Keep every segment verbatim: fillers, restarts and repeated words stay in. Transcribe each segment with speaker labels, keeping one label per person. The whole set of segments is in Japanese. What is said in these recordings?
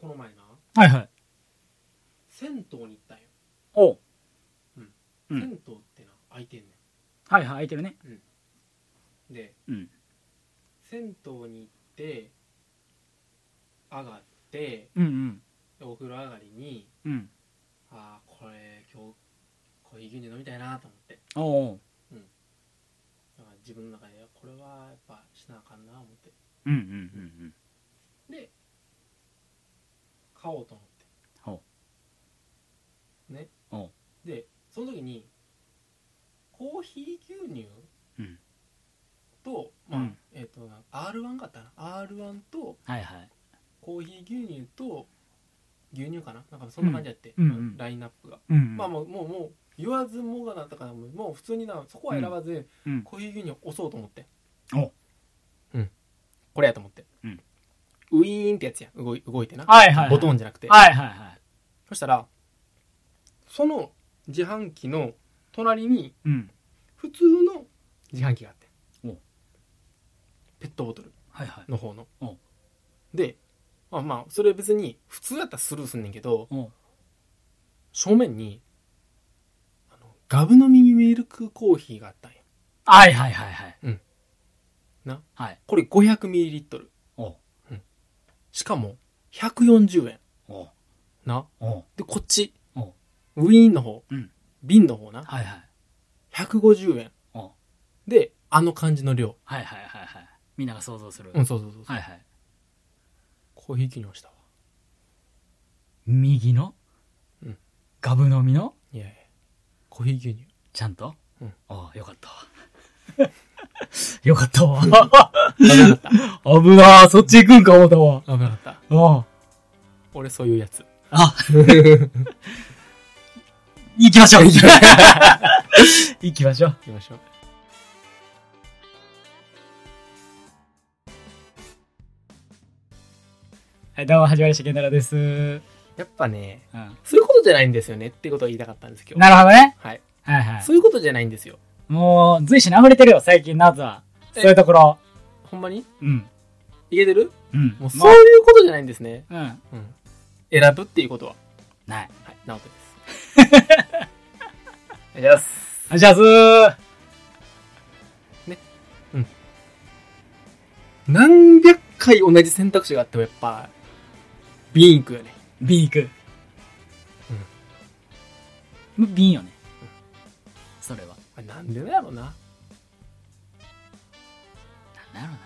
Speaker 1: この前な。
Speaker 2: はいはい。
Speaker 1: 銭湯に行ったんよ。
Speaker 2: おう。
Speaker 1: うん。銭湯ってな、空いてんねん。
Speaker 2: はいはい、空いてるね。
Speaker 1: うん。で、
Speaker 2: うん。
Speaker 1: 銭湯に行って、上がって、
Speaker 2: うんうん。
Speaker 1: お風呂上がりに、
Speaker 2: うん。
Speaker 1: ああ、これ今日、コーヒー牛乳飲みたいなと思って。
Speaker 2: おう。
Speaker 1: うん。だから自分の中で、これはやっぱしなあかんな思って。
Speaker 2: うんうんうんうん。
Speaker 1: で、買おうと思って。
Speaker 2: ほ
Speaker 1: う。ね。
Speaker 2: おう。
Speaker 1: で、その時に、コーヒー牛乳、
Speaker 2: うん。
Speaker 1: と、まあ、
Speaker 2: うん、
Speaker 1: えっ、ー、と アールワン かったな アールワン と、
Speaker 2: はいはい、
Speaker 1: コーヒー牛乳と牛乳かな、なんかそんな感じやって、
Speaker 2: うんうん、
Speaker 1: ラインナップが、
Speaker 2: うんうん、
Speaker 1: まあもうもうもう言わずもがなったから、もう普通にな、そこは選ばず、
Speaker 2: うん、
Speaker 1: コーヒー牛乳を押そうと思って、
Speaker 2: お
Speaker 1: うん、これやと思って、
Speaker 2: うん、
Speaker 1: ウィーンってやつや、動い、動いてな、
Speaker 2: はいはいはい、
Speaker 1: ボトンじゃなくて、
Speaker 2: はいはいはい、
Speaker 1: そしたらその自販機の隣に、うん、普通の自販機があって、おペットボトルの方の、はいはい、で、まあまあそれ別に普通やったらスルーすんねんけど、正面にあのガブ飲みミルクコーヒーがあったんや。
Speaker 2: はいはいはいはい。
Speaker 1: うんな、
Speaker 2: はい、
Speaker 1: これ ごひゃくミリリットル、お、うん、しかもひゃくよんじゅうえん、おな、おでこっちおウィーンの方、うん、瓶の方な、はいはい、ひゃくごじゅうえん、おであの感じの量、はいはいはいはい、
Speaker 2: みんなが想像する、
Speaker 1: うん、そうそうそうそう、はいはい、コーヒー牛乳をしたわ。
Speaker 2: 右の、うん、ガブ飲みの、
Speaker 1: いやいやコーヒー牛乳
Speaker 2: ちゃんと、
Speaker 1: うん、
Speaker 2: ああよかったわよかったわ危
Speaker 1: なかった危
Speaker 2: なー、そっち行くんか思ったわ。
Speaker 1: 危なかった。ああ俺そういうやつ。
Speaker 2: あ行きましょう行きましょう行きましょう
Speaker 1: 行きましょう。
Speaker 2: はい、どうも、はじまりました、けんたろうです。
Speaker 1: やっぱね、うん、そういうことじゃないんですよねっていうことを言いたかったんです今日。
Speaker 2: なるほどね。
Speaker 1: はい。
Speaker 2: はいはい。
Speaker 1: そういうことじゃないんですよ。
Speaker 2: もう、随所に溢れてるよ、最近のやつは。そういうところ。
Speaker 1: ほんまに？
Speaker 2: うん。
Speaker 1: いけてる？
Speaker 2: うん。
Speaker 1: もうそういうことじゃないんですね。
Speaker 2: うん。うん。
Speaker 1: 選ぶっていうことは。
Speaker 2: ない。
Speaker 1: はい、直人です。お願いします。
Speaker 2: お願いします。
Speaker 1: ね。うん。何百回同じ選択肢があってもやっぱ、ビンクよね。
Speaker 2: ビンク。うん。ビンよね。うん。それは。
Speaker 1: あれなんでだろうな。なん
Speaker 2: だろう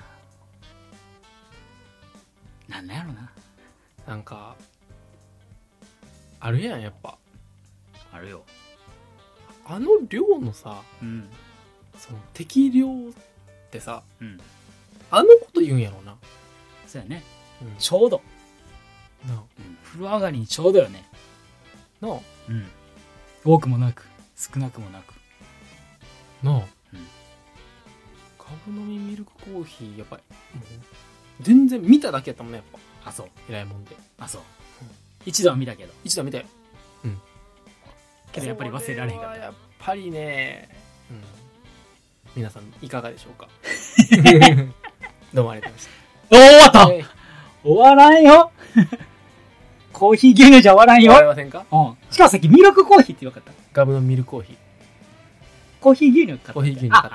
Speaker 2: な。なんだやろな。
Speaker 1: なんか、あるやん、やっぱ。
Speaker 2: あるよ。
Speaker 1: あの量のさ、
Speaker 2: うん、
Speaker 1: その適量ってさ、うん、あのこと言うんやろうな。
Speaker 2: そうやね。うん、ちょうど。なあ、うん、風呂上がりにちょうどよね。
Speaker 1: なあ。
Speaker 2: うん。多くもなく、少なくもなく。
Speaker 1: なあ。うん。ガブ飲みミルクコーヒー、やっぱり、もう、全然見ただけやったもんね、やっぱ。
Speaker 2: あ、そう。
Speaker 1: 偉いもんで。
Speaker 2: あ、そう。うん、一度は見たけど。
Speaker 1: 一度は見たよ。うん。
Speaker 2: けどやっぱり忘れられへんかった。
Speaker 1: やっぱりね、うん。皆さん、いかがでしょうか。どうもありがとうございました。
Speaker 2: おー、終わった、えー、終わらんよコーヒー牛乳じゃ終わらんよ。
Speaker 1: 終わりませんか？
Speaker 2: うん。しかもさっきミルクコーヒーって言わなかった。
Speaker 1: ガブのミルクコーヒー。
Speaker 2: コーヒー牛乳買った。
Speaker 1: コーヒー牛乳買った。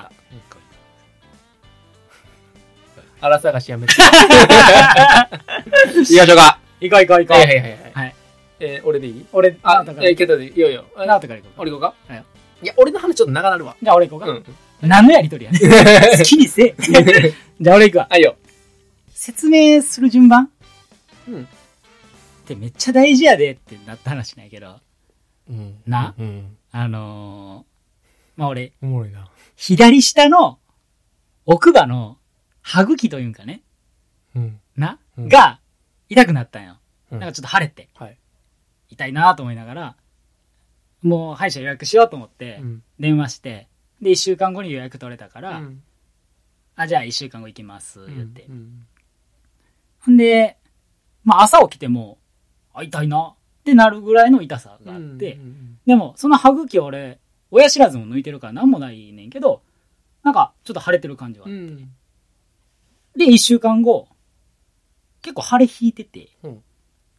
Speaker 1: あら探しやめて。行きましょうか。
Speaker 2: 行こう行こう行こう。
Speaker 1: はいはいはいはい。はい、えー、俺でいい？
Speaker 2: 俺、
Speaker 1: あ、えー、けどでいいよいいよ。
Speaker 2: なおとから行こうか。
Speaker 1: 俺行こうか？はい。いや、俺の話ちょっと長なるわ。
Speaker 2: じゃあ俺行こうか。うん。何のやりとりやねん。好きにせえ。じゃあ俺行くわ。
Speaker 1: はいよ。
Speaker 2: 説明する順番？
Speaker 1: うん。
Speaker 2: ってめっちゃ大事やでってなった話ないけど。
Speaker 1: うん。
Speaker 2: な、
Speaker 1: うん、
Speaker 2: あのー、まあ、俺。
Speaker 1: おもろいな。
Speaker 2: 左下の奥歯の歯茎というんかね。
Speaker 1: うん。
Speaker 2: な、うん、が痛くなったんよ。
Speaker 1: うん、
Speaker 2: なんかちょっと腫れて。
Speaker 1: はい。
Speaker 2: 痛いなと思いながら、もう歯医者予約しようと思って、電話して、で、一週間後に予約取れたから、うん、あ、じゃあ一週間後行きます、言って。うんうん、んで、まあ朝起きても、あ、痛いなってなるぐらいの痛さがあって、うんうんうん、でも、その歯茎俺、親知らずも抜いてるからなんもないねんけど、なんかちょっと腫れてる感じはあって。うん、で、一週間後、結構腫れ引いてて、うん、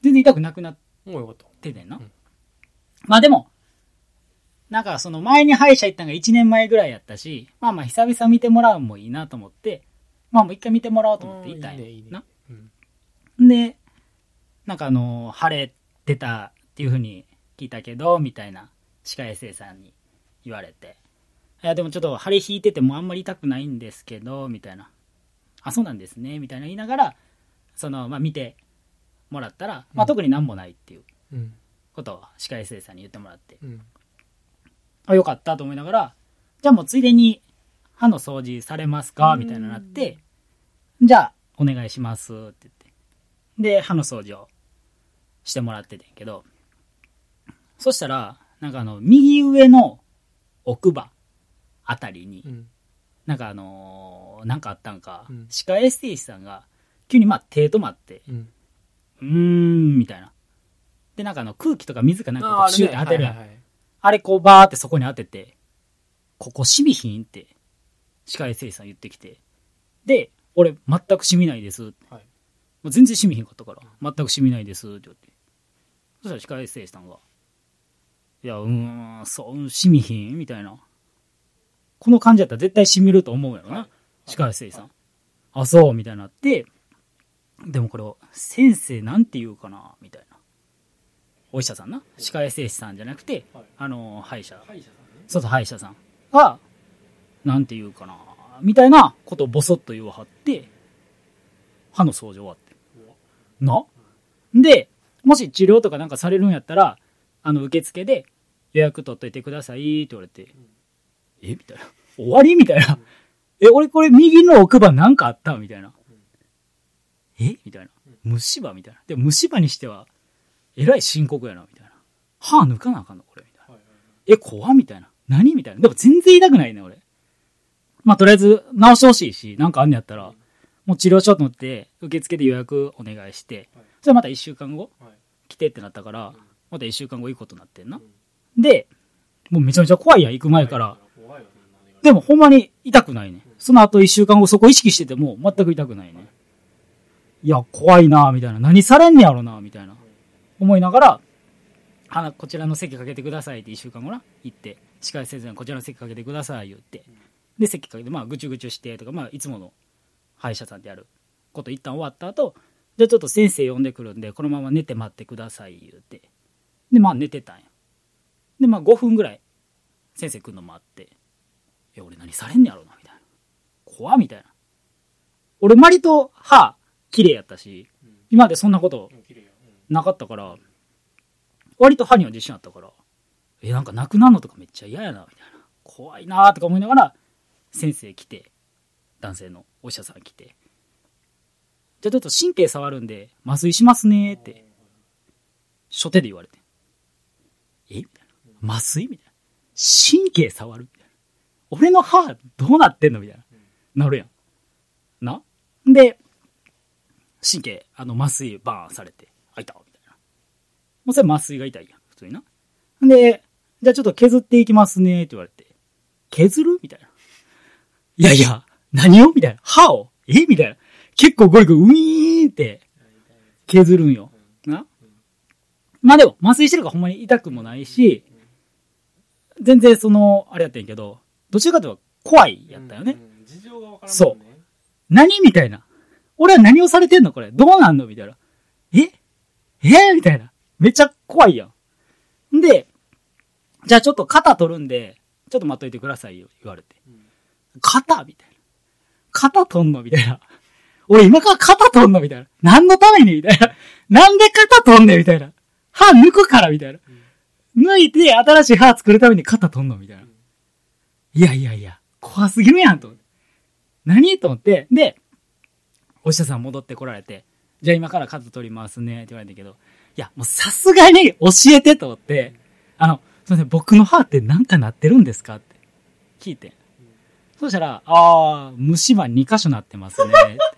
Speaker 2: 全然痛くなくなっててんな。うん、まあでも、なんかその前に歯医者行ったのがいちねんまえぐらいやったし、まあまあ久々見てもらうのもいいなと思って、まあもう一回見てもらおうと思って行ったんや。いいね、いいね。な、うん、で、なんかあのー、腫れてたっていう風に聞いたけど、みたいな歯科衛生さんに言われて、いやでもちょっと腫れ引いててもあんまり痛くないんですけど、みたいな。あ、そうなんですね、みたいな言いながら、その、まあ見てもらったら、まあ特になんもないっていうことを歯科衛生さんに言ってもらって、うん、あ、よかったと思いながら、じゃあもうついでに歯の掃除されますかみたいななって、じゃあお願いしますって言って。で、歯の掃除をしてもらっててんけど、そしたら、なんかあの、右上の奥歯あたりに、うん、なんかあのー、なんかあったんか、うん、歯科衛生士さんが、急にまあ手止まって、うん、うーん、みたいな。で、なんかあの空気とか水かなんかこうシューって当てるやん。あれね、はいはいはい、あれこうバーってそこに当てて、ここ染みひんって歯科衛生士さん言ってきて、で、俺全く染みないです、はい、もう全然染みひんかったから全く染みないですって言って、そしたら歯科衛生士さんが、いや、うーん、そう、染みひんみたいな、この感じだったら絶対染みると思うやろな、はい、歯科衛生士さん、はい、あ、そうみたいになって、でもこれを先生なんて言うかなみたいな、お医者さんな、歯科衛生士さんじゃなくて、はい、あの歯医者、歯医者さんね、そうそう、歯医者さんがなんて言うかなみたいなことをボソッと言わはって、歯の掃除終わってな、で、もし治療とかなんかされるんやったら、あの受付で予約取っといてくださいって言われて、うん、えみたいな、終わりみたいな、うん、え、俺これ右の奥歯なんかあったみたいな、うん、えみたいな、虫歯みたいな、でも虫歯にしてはえらい深刻やなみたいな、歯抜かなあかんのこれみたいな、はいはいはい、え、怖みたいな、何みたいな、でも全然痛くないね俺。まあとりあえず直してほしいし、なんかあんねやったら、もう治療しようと思って受付で予約お願いして、それまたいっしゅうかんご来てってなったから、またいっしゅうかんご行くことになってんな。で、もうめちゃめちゃ怖いやん、行く前から。でもほんまに痛くないね。その後いっしゅうかんごそこ意識してても全く痛くないね。いや、怖いなみたいな。何されんねやろなみたいな。思いながら、あ、こちらの席かけてくださいっていっしゅうかんごな、行って、歯科衛生士さんこちらの席かけてください言って。で、席かけて、まあ、ぐちゅぐちゅしてとか、まあ、いつもの歯医者さんでやること一旦終わった後、じゃあちょっと先生呼んでくるんで、このまま寝て待ってください言うて。で、まあ寝てたんや。で、まあごふんぐらい先生来るの待って、いや、俺何されんねやろなみたいな。怖みたいな。俺割と歯綺麗やったし、今までそんなことなかったから、割と歯には自信あったから、え、なんかなくなるのとかめっちゃ嫌やなみたいな。怖いなとか思いながら、先生来て、男性のお医者さん来て、じゃあちょっと神経触るんで麻酔しますねって、初手で言われて、えみたいな。麻酔みたいな。神経触るみたいな。俺の歯どうなってんのみたいな。なるやん。なで、神経、あの麻酔バーンされて、あ、痛いみたいな。もうそれ麻酔が痛いやん、普通にな。で、じゃあちょっと削っていきますねって言われて、削るみたいな。いやいや、何をみたいな。歯をえみたいな。結構ゴリゴリウィーンって削るんよ。な。まあでも、麻酔してるからほんまに痛くもないし、全然その、あれやったんやけど、どちらかというと怖いやったよね。うんうん、事情がわからんね。そう。何みたいな。俺は何をされてんのこれ。どうなんのみたいな。ええみたいな。めっちゃ怖いやん。で、じゃあちょっと肩取るんで、ちょっと待っといてくださいよ、言われて。うん、肩みたいな。肩取んのみたいな。俺今から肩取んのみたいな。何のためにみたいな。なんで肩取んねんみたいな。歯抜くからみたいな。うん、抜いて新しい歯作るために肩取んのみたいな。うん、いやいやいや、怖すぎるやんと。何と思って。で、お医者さん戻ってこられて、じゃあ今から肩取りますねって言われたけど、いや、もうさすがに教えてと思って、あの、すいません、僕の歯ってなんかなってるんですかって聞いて。そしたら、あー、虫歯に箇所なってますね。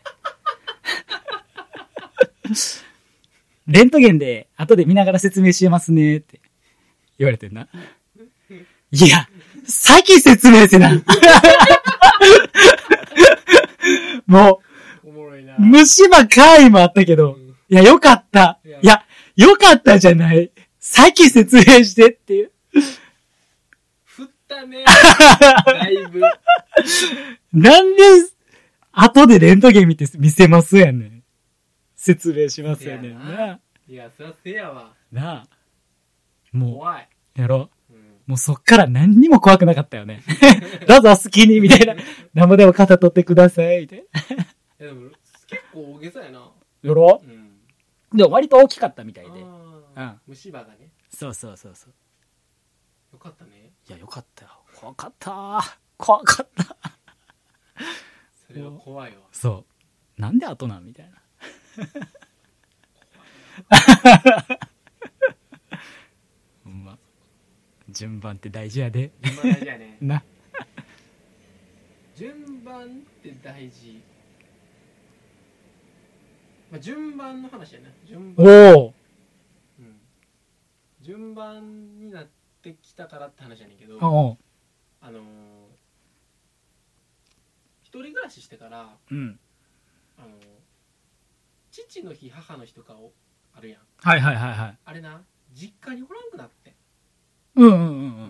Speaker 2: レントゲンで後で見ながら説明しますねって言われてんな。いや、先説明せな。もう、虫歯回もあったけど、いや、よかった。いや、 よかったじゃない。先説明してっていう。
Speaker 1: 振ったね。だいぶ。
Speaker 2: なんで、後でレントゲン見て見せますやねん。説明しますやねんな。
Speaker 1: いや、そりゃせやわ。
Speaker 2: なあ。もう。
Speaker 1: 怖い。
Speaker 2: やろ、うん、もうそっから何にも怖くなかったよね。どうぞ好きに、みたいな。何もでも肩取ってください、みたいな。
Speaker 1: いやでも、結構大げさやな。
Speaker 2: やろ、うん、でも割と大きかったみたいで。
Speaker 1: うん。虫歯がね。
Speaker 2: そうそうそうそう。
Speaker 1: よかったね。
Speaker 2: いや、よかったよ。怖かった。怖かった。
Speaker 1: それは怖いわ。
Speaker 2: そう。なんで後なんみたいな。ほんま。順番って大事やで。
Speaker 1: 順番大事やね。
Speaker 2: な。
Speaker 1: 順番って大事。まあ、順番の話やな。順番。おお。うん。順番になってきたからって話やねんけど。おお。あのー、一人暮らししてから。うん。あのー、父の日母の日とかをあるやん。
Speaker 2: はいはいはいはい。
Speaker 1: あれな、実家におらんくなって。
Speaker 2: うんうんうんうん。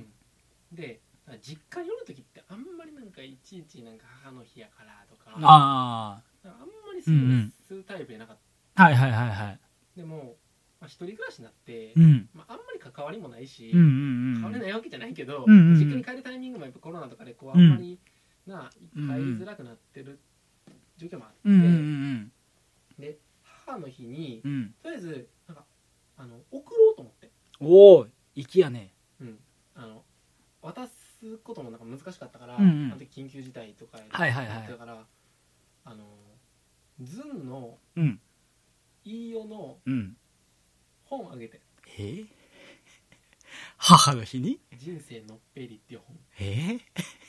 Speaker 1: で、実家におる時ってあんまりなんかいちいちなんか母の日やからとか。
Speaker 2: ああ。
Speaker 1: あんまりするするタイプやなかった。
Speaker 2: はいはいはいはい。
Speaker 1: でも、まあ、一人暮らしになって、
Speaker 2: うん、
Speaker 1: まあ、あんまり関わりもないし、
Speaker 2: うんうんうん、
Speaker 1: 変われないわけじゃないけど、
Speaker 2: うんうんうん、
Speaker 1: 実家に帰るタイミングもやっぱコロナとかでこうあんまりな、うん、帰りづらくなってる状況もあって、うんうんうん、で母の日に、うん、とりあえずなんかあの送ろうと思って。
Speaker 2: おお、粋やね。
Speaker 1: うん、あの渡すこともなんか難しかったから、うんうん、あの時緊急事態とかやってたから、はいはいはい、あのズンの、うん、飯尾の本あげて、
Speaker 2: うん、えー、母の日に
Speaker 1: 人生のっぺりっていう本。
Speaker 2: えー、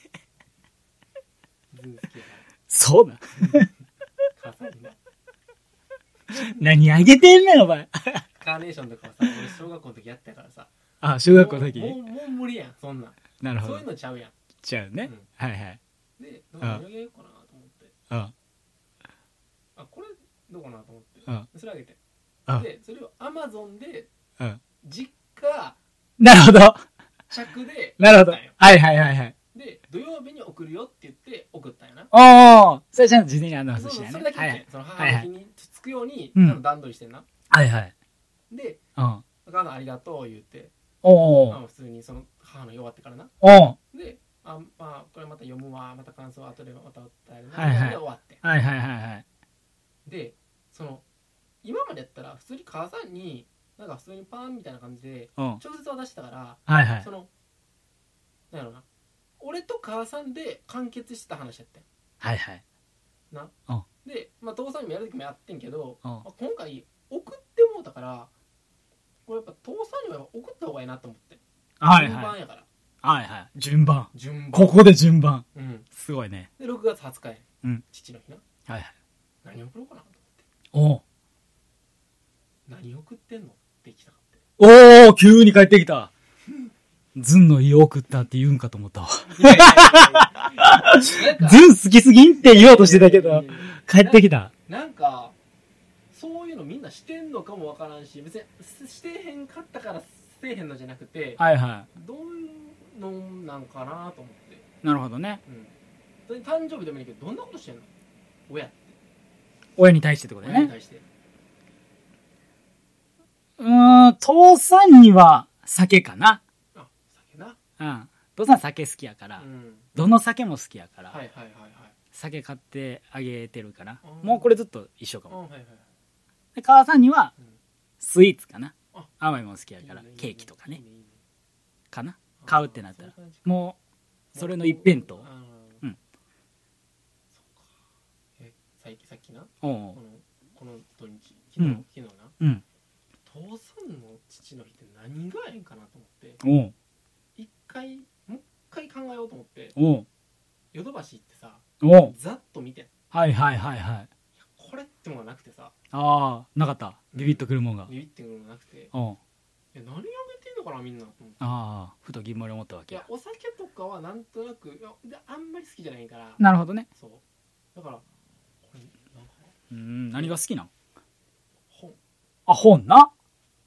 Speaker 1: ズン好きやから
Speaker 2: そうなん
Speaker 1: 母さんにな
Speaker 2: 何あげてんねんお前
Speaker 1: カーネーションとかはさ、俺小学校の時やったからさ。
Speaker 2: あ、小学校の時
Speaker 1: もう、もう、もう無理やん、そんなん。
Speaker 2: なるほど。
Speaker 1: そういうのちゃうやん。
Speaker 2: ちゃうね、うん、はいはい。
Speaker 1: で、どう何あげようかなと思って。ああ、これどうかなと思って。あそれあげて。で、それをアマゾンで、実家、
Speaker 2: なるほど。
Speaker 1: 着で、
Speaker 2: なるほど。はいはいはいはい。
Speaker 1: で、土曜日に送るよって言って送ったんやな。
Speaker 2: おー、それじゃあ事前にあんの話やね。
Speaker 1: それだけ言って、その母の日につくように、段取りしてんな。
Speaker 2: はいはい。
Speaker 1: で、うん。お母さんありがとう言って、
Speaker 2: おー。
Speaker 1: 普通にその母の日終わってからな。
Speaker 2: おー。
Speaker 1: で、あ、まあ、これまた読むわ、また感想後でまた伝えるな。
Speaker 2: はいはい。
Speaker 1: で終わって。
Speaker 2: はいはいはいはい。
Speaker 1: で、その、今までやったら普通に母さんに、なんか普通にパンみたいな感じで、直接渡したから、
Speaker 2: はいはい。
Speaker 1: その、なんやろな。俺と母さんで完結してた話やったよ。
Speaker 2: はいはい。
Speaker 1: な。で、まあ、父さんにもやる時もやってんけど、まあ、今回送ってもうたから、これやっぱ父さんにも送った方がいいなと思って。
Speaker 2: はいはい。
Speaker 1: 順番やから。
Speaker 2: はいはい。順番。
Speaker 1: 順番。
Speaker 2: ここで順番。
Speaker 1: うん。
Speaker 2: すごいね。
Speaker 1: で、ろくがつはつかや。
Speaker 2: うん。
Speaker 1: 父の日な。
Speaker 2: はいはい。
Speaker 1: 何送ろうかなと
Speaker 2: 思って。
Speaker 1: お何送ってんのってきたかって。
Speaker 2: おお、急に帰ってきた。ズンの家送ったって言うんかと思ったわ。ズン好きすぎんって言おうとしてたけど、帰ってきた。
Speaker 1: なんか、そういうのみんなしてんのかもわからんし、別にしてへんかったからせえへんのじゃなくて、
Speaker 2: はいはい。
Speaker 1: どういうのなんかなと思って。
Speaker 2: なるほどね。
Speaker 1: うん。誕生日でもいいけど、どんなことしてんの親って。
Speaker 2: 親に対してってことだよね。
Speaker 1: 親に対して。
Speaker 2: うーん、父さんには酒かな。
Speaker 1: あ、酒な。
Speaker 2: うん。父さん酒好きやから、うん、どの酒も好きやから、
Speaker 1: はいはいはいはい、
Speaker 2: 酒買ってあげてるかな。もうこれずっと一緒かも。
Speaker 1: はいはいはい、
Speaker 2: で母さんにはスイーツかな。うん、甘いもの好きやから、いいね、ケーキとかね。いいねいいねかな。買うってなったらもうそれの一辺倒。うん。
Speaker 1: そうか。え、さっきさっきな。
Speaker 2: おうおう、
Speaker 1: このこの土日昨日、うん、昨日な。
Speaker 2: うん。
Speaker 1: 父さんの父の日って何がええんかなと思って。
Speaker 2: おう。
Speaker 1: 一回もう一回考えようと思って。
Speaker 2: おう。
Speaker 1: ヨドバシってさ。
Speaker 2: おう。
Speaker 1: ざっと見てん。
Speaker 2: はいはいはいはい。
Speaker 1: これってものがなくてさ。
Speaker 2: ああ、なかった。ビビッとくるもんが。
Speaker 1: ビビってくるもんがなくて。
Speaker 2: おう。
Speaker 1: え、何あげてんのかなみんなと思って。
Speaker 2: ああ、ふと疑問に思ったわけや。
Speaker 1: いや、お酒とかはなんとなく、いやあんまり好きじゃないから。
Speaker 2: なるほどね。
Speaker 1: そう。だから、これ、なんか。
Speaker 2: うん、何が好きなん？
Speaker 1: 本。
Speaker 2: あ、本な。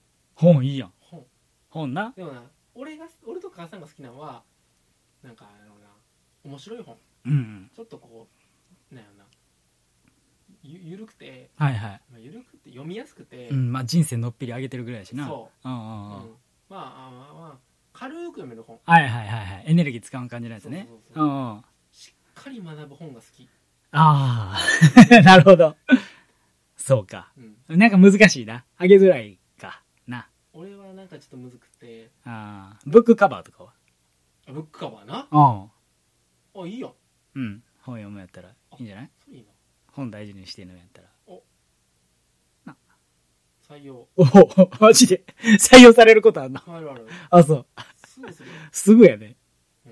Speaker 2: 本いいやん。
Speaker 1: 本
Speaker 2: 本な。
Speaker 1: でもな、俺が俺と母さんが好きなのはなんかあのな、面白い本、
Speaker 2: うんうん、
Speaker 1: ちょっとこうなんやろな、ゆ, ゆるくて、
Speaker 2: はいはい、
Speaker 1: まあ、ゆるくて読みやすくて、
Speaker 2: うん、まあ人生のっぴり上げてるぐらいやしな。
Speaker 1: そう、
Speaker 2: うんうんうん、まあ
Speaker 1: まあまあ軽く読める本、
Speaker 2: はいはいはいはい、エネルギー使う感じのやつね。そうそうそう、うんうん、
Speaker 1: しっかり学ぶ本が好き。
Speaker 2: ああなるほどそうか、うん、なんか難しいな、上げづらいかな。
Speaker 1: 俺はなんかちょっと難くて。
Speaker 2: ああ、ブックカバーとかは？
Speaker 1: ブックカバーな。
Speaker 2: うん。
Speaker 1: あ、いいよ。
Speaker 2: うん。本読むやったらいいんじゃない？それいいな。本大事にしてるのやったら。お。な。採用。おお、マジで採用されることあるの？あるある。あ、そう。すぐする。すぐやね。うん。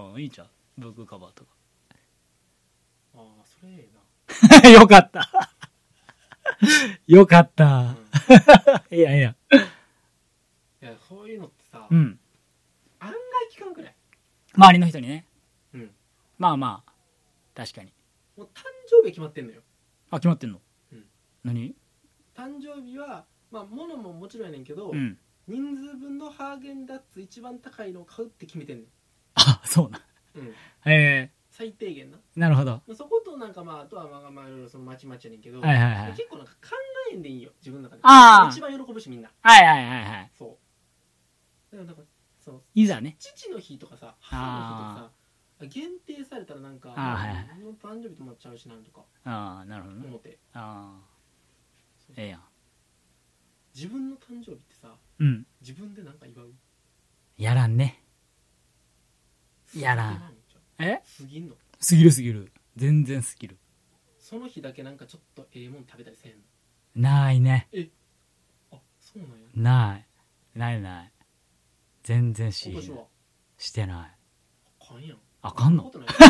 Speaker 2: ああ、いいじゃん。ブックカバーとか。
Speaker 1: ああ、それええ
Speaker 2: な。よかった。よかった。うん、いやいや。
Speaker 1: いや、そういうのってさ、
Speaker 2: うん、
Speaker 1: 案外聞かんくらい、
Speaker 2: 周りの人にね、
Speaker 1: うん、
Speaker 2: まあまあ確かに。
Speaker 1: もう誕生日決まってんのよ。
Speaker 2: あ、決まってんの？うん、
Speaker 1: 何？誕生日はまあ物ももちろんやねんけど、うん、人数分のハーゲンダッツ一番高いのを買うって決めてんねん。
Speaker 2: あ、そうな。うん。ええー。
Speaker 1: 最低限な。
Speaker 2: なるほど。
Speaker 1: そことなんかまああとはまあまあいろいろそのまちまちやねんけど、
Speaker 2: はいはいはい、
Speaker 1: 結構なんか考えんでいいよ、自分の中で。
Speaker 2: ああ。
Speaker 1: 一番喜ぶしみんな。
Speaker 2: はいはいはいはい。
Speaker 1: そう。だからそう
Speaker 2: いざね、
Speaker 1: 父の日とかさ、母の日とかさ、限定されたらなんか、あ、はいはい、自分の誕生日ともちゃうしなんとか、
Speaker 2: ああ、なるほどね、
Speaker 1: 思って、
Speaker 2: ああ、ええやん。
Speaker 1: 自分の誕生日ってさ、
Speaker 2: うん、
Speaker 1: 自分でなんか祝う？
Speaker 2: やらんね。やらん。え？
Speaker 1: 過ぎんの？
Speaker 2: 過ぎる過ぎる。全然過ぎる。
Speaker 1: その日だけなんかちょっとええもん食べたりせんの？
Speaker 2: ないね。
Speaker 1: え？あ、そうなんや。
Speaker 2: ない。ないない。全然し
Speaker 1: 今年は
Speaker 2: してない。
Speaker 1: あかんやん。
Speaker 2: あかんの？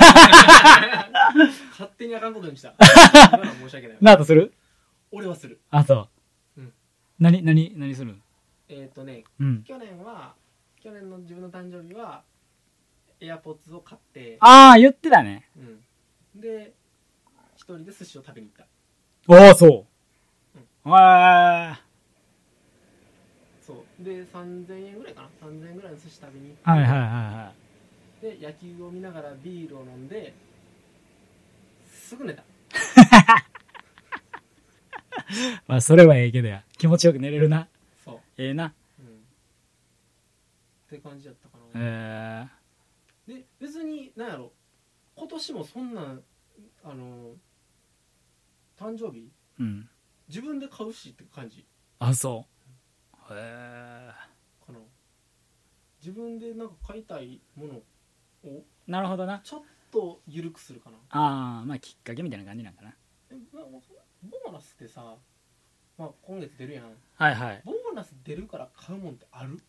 Speaker 1: 勝手にあかんことにした。申し訳ない。
Speaker 2: なんとする？
Speaker 1: 俺はする。
Speaker 2: あ、そう。うん。何何何する？
Speaker 1: えっとね、
Speaker 2: うん、
Speaker 1: 去年は去年の自分の誕生日はエアポッツを買って。
Speaker 2: ああ、言ってたね。
Speaker 1: うん。で一人で寿司を食べに行った。
Speaker 2: おお、そう。うん、わあ。
Speaker 1: そうでさんぜんえんぐらいかな、さんぜんえんぐらいの寿司食べに行って、
Speaker 2: はいはいはいはい、
Speaker 1: で野球を見ながらビールを飲んですぐ寝た。
Speaker 2: まあそれはええけどや、気持ちよく寝れるな。そう、ええな、うん、
Speaker 1: って感じだったかな。
Speaker 2: え
Speaker 1: ー、で別に何やろ、今年もそんなあの誕生日、うん、自分で買うしって感じ。
Speaker 2: あ、そう。へえ。
Speaker 1: かな。自分でなんか買いたいものを、
Speaker 2: なるほどな、
Speaker 1: ちょっと緩くするかな。
Speaker 2: ああ、まあきっかけみたいな感じなんかな。
Speaker 1: え、まあ、ボーナスってさ、まあ、今月出るやん。
Speaker 2: はいはい。
Speaker 1: ボーナス出るから買うもんってある？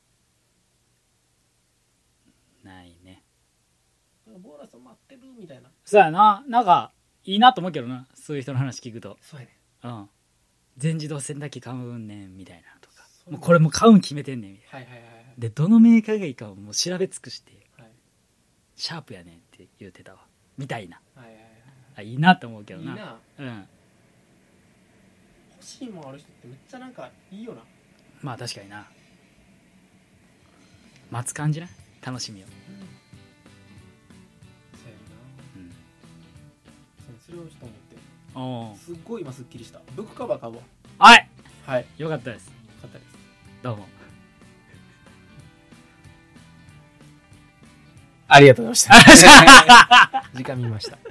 Speaker 2: ないね。
Speaker 1: ボーナスを待ってるみたいな。
Speaker 2: そうやな、なんかいいなと思うけどな、そういう人の話聞くと。
Speaker 1: そうやね。
Speaker 2: うん。全自動洗濯機買うんねんみたいなとか、もうこれもう買うん決めてんねんみたいな、はいはいはいはい、でどのメーカーがいいかをもう調べ尽くして、はい、シャープやねんって言ってたわみたいな、はいはいはい、あ、いいなと思うけどな。いいな、うん、欲
Speaker 1: しいもんある人ってめっちゃなんかいいよな。
Speaker 2: まあ確かにな、待つ感じな、楽しみを、うん、
Speaker 1: そうやな、うん、それをちょっと思って、すっごい今すっきりした。ブックカバー買うわ。
Speaker 2: はい、
Speaker 1: はい、
Speaker 2: よかったです。よ
Speaker 1: かったです。
Speaker 2: どうも
Speaker 1: ありがとうございました。時間見ました。